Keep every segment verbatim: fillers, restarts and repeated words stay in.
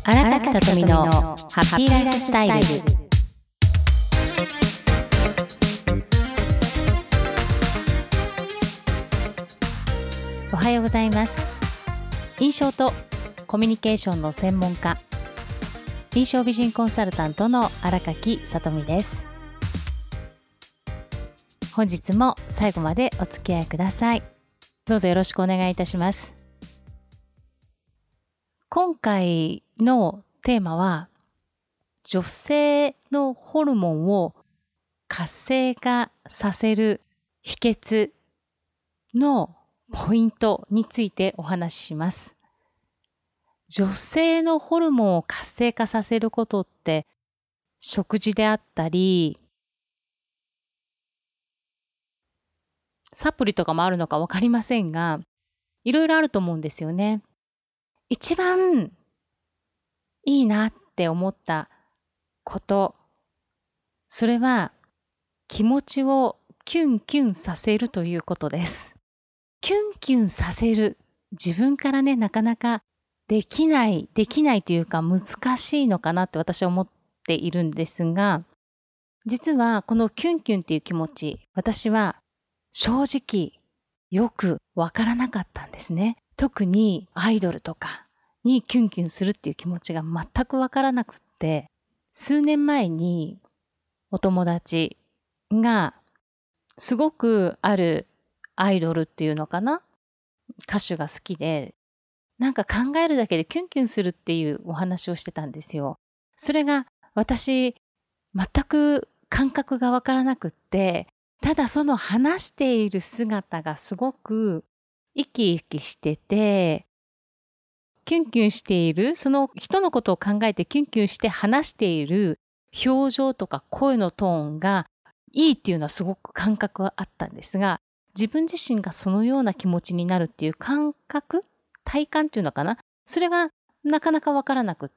荒垣さとみのハッピーライフスタイル。おはようございます。印象とコミュニケーションの専門家、印象美人コンサルタントの荒垣さとみです。本日も最後までお付き合いください。どうぞよろしくお願いいたします。今回のテーマは、女性のホルモンを活性化させる秘訣のポイントについてお話しします。女性のホルモンを活性化させることって、食事であったり、サプリとかもあるのかわかりませんが、いろいろあると思うんですよね。一番いいなって思ったこと、それは気持ちをキュンキュンさせるということです。キュンキュンさせる。自分からね、なかなかできない、できないというか難しいのかなって私は思っているんですが、実はこのキュンキュンっていう気持ち、私は正直よくわからなかったんですね。特にアイドルとかにキュンキュンするっていう気持ちが全くわからなくって、数年前にお友達がすごくあるアイドルっていうのかな、歌手が好きで、なんか考えるだけでキュンキュンするっていうお話をしてたんですよ。それが私全く感覚がわからなくって、ただその話している姿がすごく生き生きしてて、キュンキュンしている、その人のことを考えてキュンキュンして話している表情とか声のトーンがいいっていうのはすごく感覚はあったんですが、自分自身がそのような気持ちになるっていう感覚、体感っていうのかな、それがなかなかわからなくって、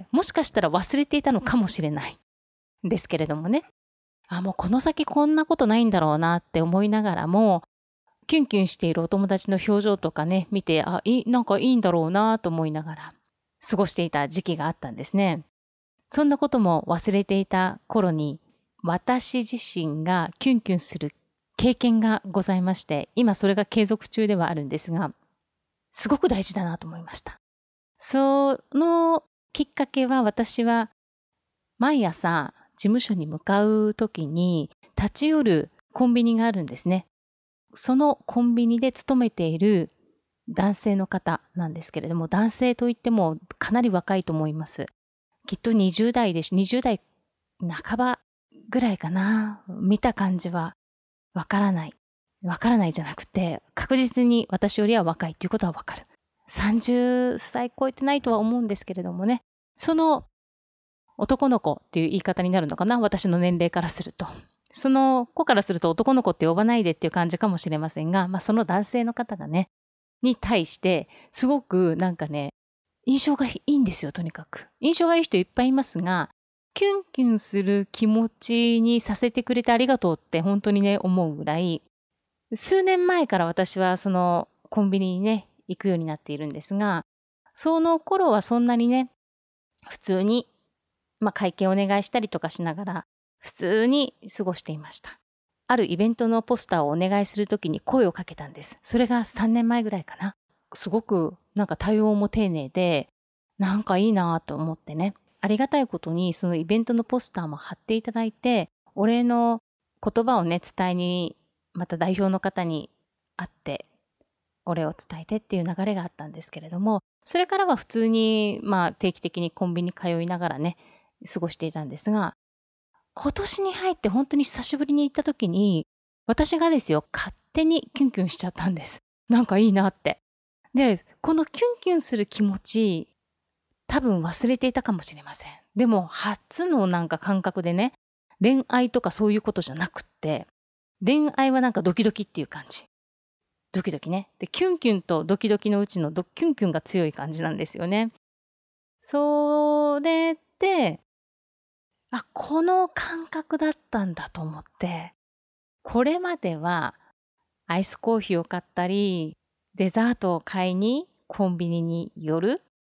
もしかしたら忘れていたのかもしれないんですけれどもね。あ、もうこの先こんなことないんだろうなって思いながらも、キュンキュンしているお友達の表情とかね、見て、あ、いい、なんかいいんだろうなと思いながら過ごしていた時期があったんですね。そんなことも忘れていた頃に、私自身がキュンキュンする経験がございまして、今それが継続中ではあるんですが、すごく大事だなと思いました。そのきっかけは、私は毎朝事務所に向かうときに立ち寄るコンビニがあるんですね。そのコンビニで勤めている男性の方なんですけれども、男性といってもかなり若いと思います。きっとにじゅう代でしょ、にじゅう代半ばぐらいかな。見た感じはわからない。わからないじゃなくて、確実に私よりは若いということはわかる。さんじゅっさい超えてないとは思うんですけれどもね。その男の子っていう言い方になるのかな、私の年齢からすると。その子からすると男の子って呼ばないでっていう感じかもしれませんが、まあその男性の方がね、に対して、すごくなんかね、印象がいいんですよ、とにかく。印象がいい人いっぱいいますが、キュンキュンする気持ちにさせてくれてありがとうって本当にね、思うぐらい、数年前から私はそのコンビニにね、行くようになっているんですが、その頃はそんなにね、普通に、まあ会計お願いしたりとかしながら、普通に過ごしていました。あるイベントのポスターをお願いするときに声をかけたんです。それがさんねんまえぐらいかな。すごくなんか対応も丁寧で、なんかいいなと思ってね。ありがたいことにそのイベントのポスターも貼っていただいて、お礼の言葉をね、伝えに、また代表の方に会って、お礼を伝えてっていう流れがあったんですけれども、それからは普通に、まあ定期的にコンビニ通いながらね、過ごしていたんですが、今年に入って本当に久しぶりに行った時に、私がですよ、勝手にキュンキュンしちゃったんです。なんかいいなって。で、このキュンキュンする気持ち、多分忘れていたかもしれません。でも、初のなんか感覚でね、恋愛とかそういうことじゃなくって、恋愛はなんかドキドキっていう感じ。ドキドキね。で、キュンキュンとドキドキのうちのドキュンキュンが強い感じなんですよね。それで、あ、この感覚だったんだと思って、これまではアイスコーヒーを買ったり、デザートを買いにコンビニに寄る。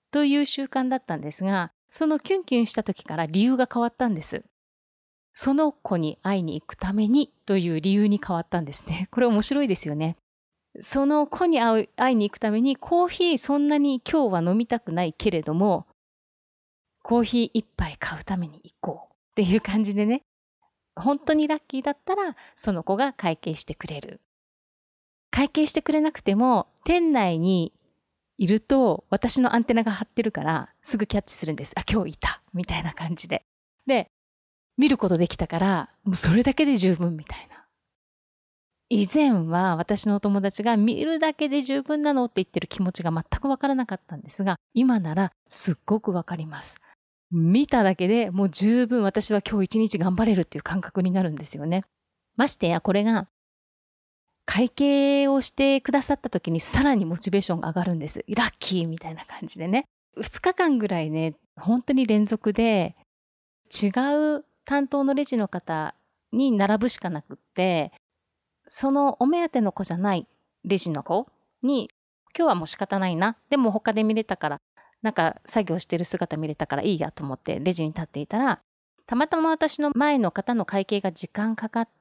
という習慣だったんですが、そのキュンキュンした時から理由が変わったんです。その子に会いに行くためにという理由に変わったんですね。これ面白いですよね。その子に会う会いに行くためにコーヒーそんなに今日は飲みたくないけれども、コーヒー一杯買うために行こうっていう感じでね、本当にラッキーだったらその子が会計してくれる。会計してくれなくても店内にいると私のアンテナが張ってるからすぐキャッチするんです。あ、今日いたみたいな感じで。で、見ることできたからもうそれだけで十分みたいな。以前は私のお友達が見るだけで十分なのって言ってる気持ちが全くわからなかったんですが、今ならすっごくわかります。見ただけでもう十分私は今日一日頑張れるっていう感覚になるんですよね。ましてやこれが会計をしてくださった時にさらにモチベーションが上がるんです。ラッキーみたいな感じでね。ふつかかんぐらいね、本当に連続で違う担当のレジの方に並ぶしかなくって、そのお目当ての子じゃないレジの子に、今日はもう仕方ないな。でも他で見れたから、なんか作業してる姿見れたからいいやと思ってレジに立っていたら、たまたま私の前の方の会計が時間かかって、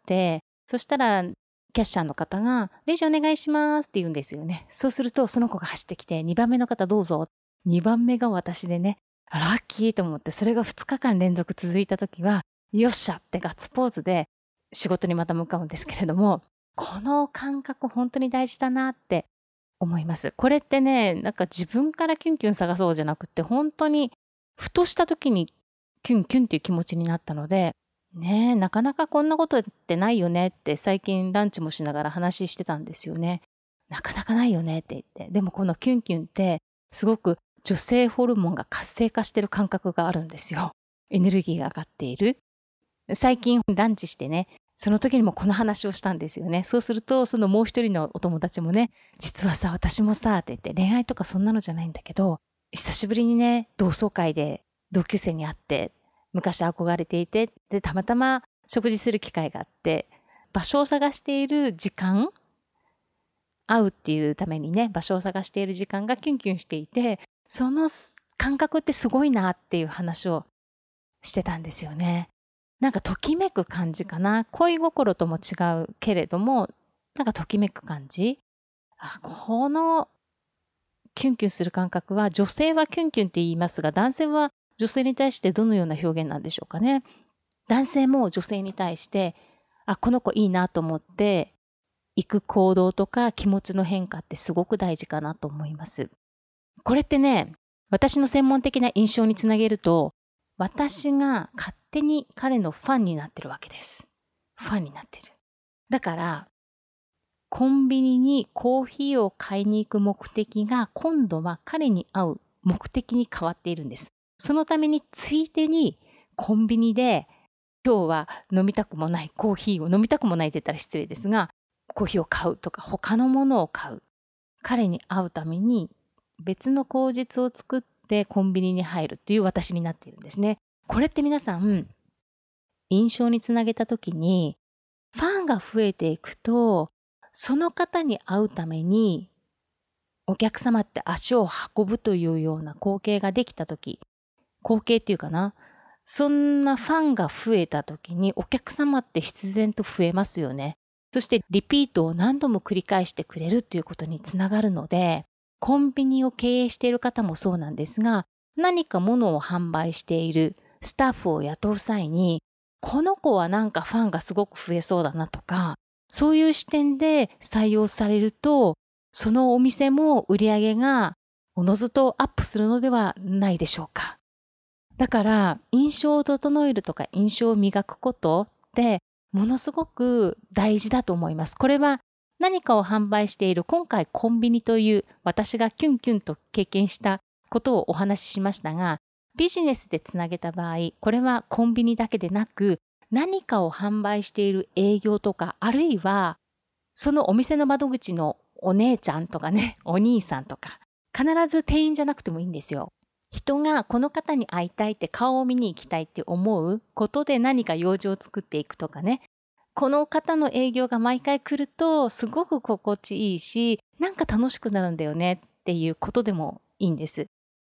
そしたらキャッシャーの方が、レジお願いしますって言うんですよね。そうするとその子が走ってきて、にばんめの方どうぞ。にばんめが私でね、ラッキーと思って、それがふつかかん連続続いた時は、よっしゃってガッツポーズで仕事にまた向かうんですけれども、この感覚本当に大事だなって思います。これってね、なんか自分からキュンキュン探そうじゃなくて、本当にふとした時にキュンキュンっていう気持ちになったので、ねえ、なかなかこんなことってないよねって最近ランチもしながら話してたんですよね。なかなかないよねって言って。でもこのキュンキュンってすごく女性ホルモンが活性化してる感覚があるんですよ。エネルギーが上がっている。最近ランチしてね、その時にもこの話をしたんですよね。そうすると、そのもう一人のお友達もね、実はさ、私もさ、って言って、恋愛とかそんなのじゃないんだけど、久しぶりにね、同窓会で同級生に会って、昔憧れていて、で、たまたま食事する機会があって、場所を探している時間、会うっていうためにね、場所を探している時間がキュンキュンしていて、その感覚ってすごいなっていう話をしてたんですよね。なんかときめく感じかな。恋心とも違うけれども、なんかときめく感じ。あ、このキュンキュンする感覚は、女性はキュンキュンって言いますが、男性は女性に対してどのような表現なんでしょうかね。男性も女性に対して、あ、この子いいなと思って行く行動とか気持ちの変化ってすごく大事かなと思います。これってね、私の専門的な印象につなげると、私が勝手に彼のファンになってるわけです。ファンになってる。だから、コンビニにコーヒーを買いに行く目的が今度は彼に会う目的に変わっているんです。そのためについでにコンビニで今日は飲みたくもないコーヒーを飲みたくもないって言ったら失礼ですが、コーヒーを買うとか他のものを買う。彼に会うために別の口実を作ってコンビニに入るっていう私になっているんですね。これって皆さん、印象につなげたときに、ファンが増えていくと、その方に会うために、お客様って足を運ぶというような光景ができたとき、光景っていうかな、そんなファンが増えたときに、お客様って必然と増えますよね。そしてリピートを何度も繰り返してくれるということにつながるので、コンビニを経営している方もそうなんですが、何か物を販売しているスタッフを雇う際に、この子はなんかファンがすごく増えそうだなとか、そういう視点で採用されると、そのお店も売り上げがおのずとアップするのではないでしょうか。だから印象を整えるとか印象を磨くことってものすごく大事だと思います。これは何かを販売している今回コンビニという私がキュンキュンと経験したことをお話ししましたが、ビジネスでつなげた場合、これはコンビニだけでなく何かを販売している営業とか、あるいはそのお店の窓口のお姉ちゃんとかね、お兄さんとか、必ず店員じゃなくてもいいんですよ。人がこの方に会いたいって顔を見に行きたいって思うことで何か用事を作っていくとかね。この方の営業が毎回来るとすごく心地いいし、なんか楽しくなるんだよねっていうことでもいいんです。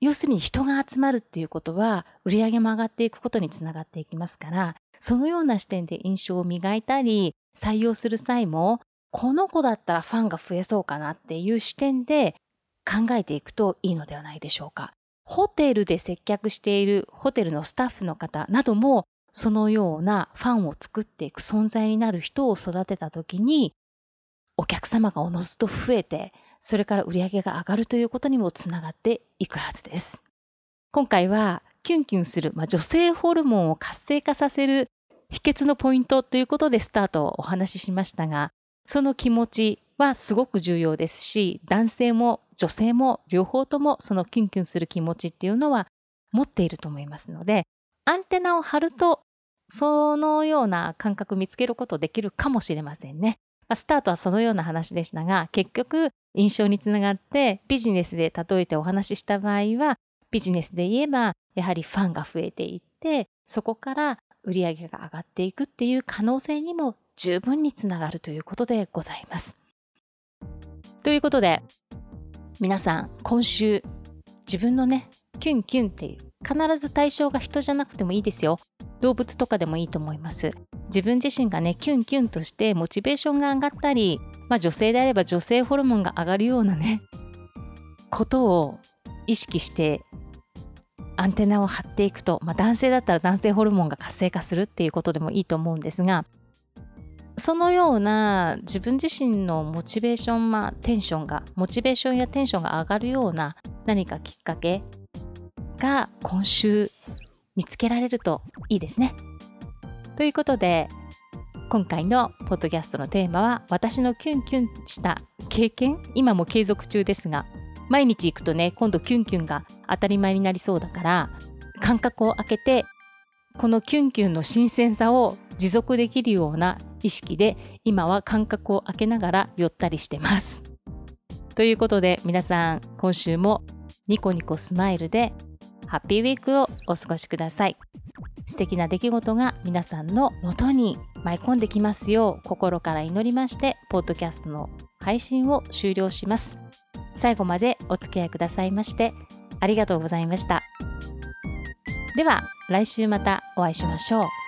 要するに人が集まるっていうことは売り上げも上がっていくことにつながっていきますから、そのような視点で印象を磨いたり採用する際も、この子だったらファンが増えそうかなっていう視点で考えていくといいのではないでしょうか。ホテルで接客しているホテルのスタッフの方なども、そのようなファンを作っていく存在になる人を育てたときに、お客様がおのずと増えて、それから売り上げが上がるということにもつながっていくはずです。今回はキュンキュンする、まあ、女性ホルモンを活性化させる秘訣のポイントということでスタートをお話ししましたが、その気持ちはすごく重要ですし、男性も女性も両方ともそのキュンキュンする気持ちっていうのは持っていると思いますので、アンテナを張るとそのような感覚見つけることできるかもしれませんね。スタートはそのような話でしたが、結局印象につながってビジネスで例えてお話しした場合は、ビジネスで言えばやはりファンが増えていって、そこから売り上げが上がっていくっていう可能性にも十分につながるということでございます。ということで、皆さん今週自分のね、キュンキュンっていう、必ず対象が人じゃなくてもいいですよ。動物とかでもいいと思います。自分自身がね、キュンキュンとしてモチベーションが上がったり、まあ女性であれば女性ホルモンが上がるようなね、ことを意識してアンテナを張っていくと、まあ男性だったら男性ホルモンが活性化するっていうことでもいいと思うんですが、そのような自分自身のモチベーション、まあテンションが、モチベーションやテンションが上がるような何かきっかけが今週見つけられるといいですね。ということで、今回のポッドキャストのテーマは、私のキュンキュンした経験、今も継続中ですが、毎日行くとね、今度キュンキュンが当たり前になりそうだから、間隔を空けて、このキュンキュンの新鮮さを持続できるような意識で、今は間隔を空けながら寄ったりしてます。ということで、皆さん今週もニコニコスマイルでハッピーウィークをお過ごしください。素敵な出来事が皆さんの元に舞い込んできますよう心から祈りまして、ポッドキャストの配信を終了します。最後までお付き合いくださいましてありがとうございました。では来週またお会いしましょう。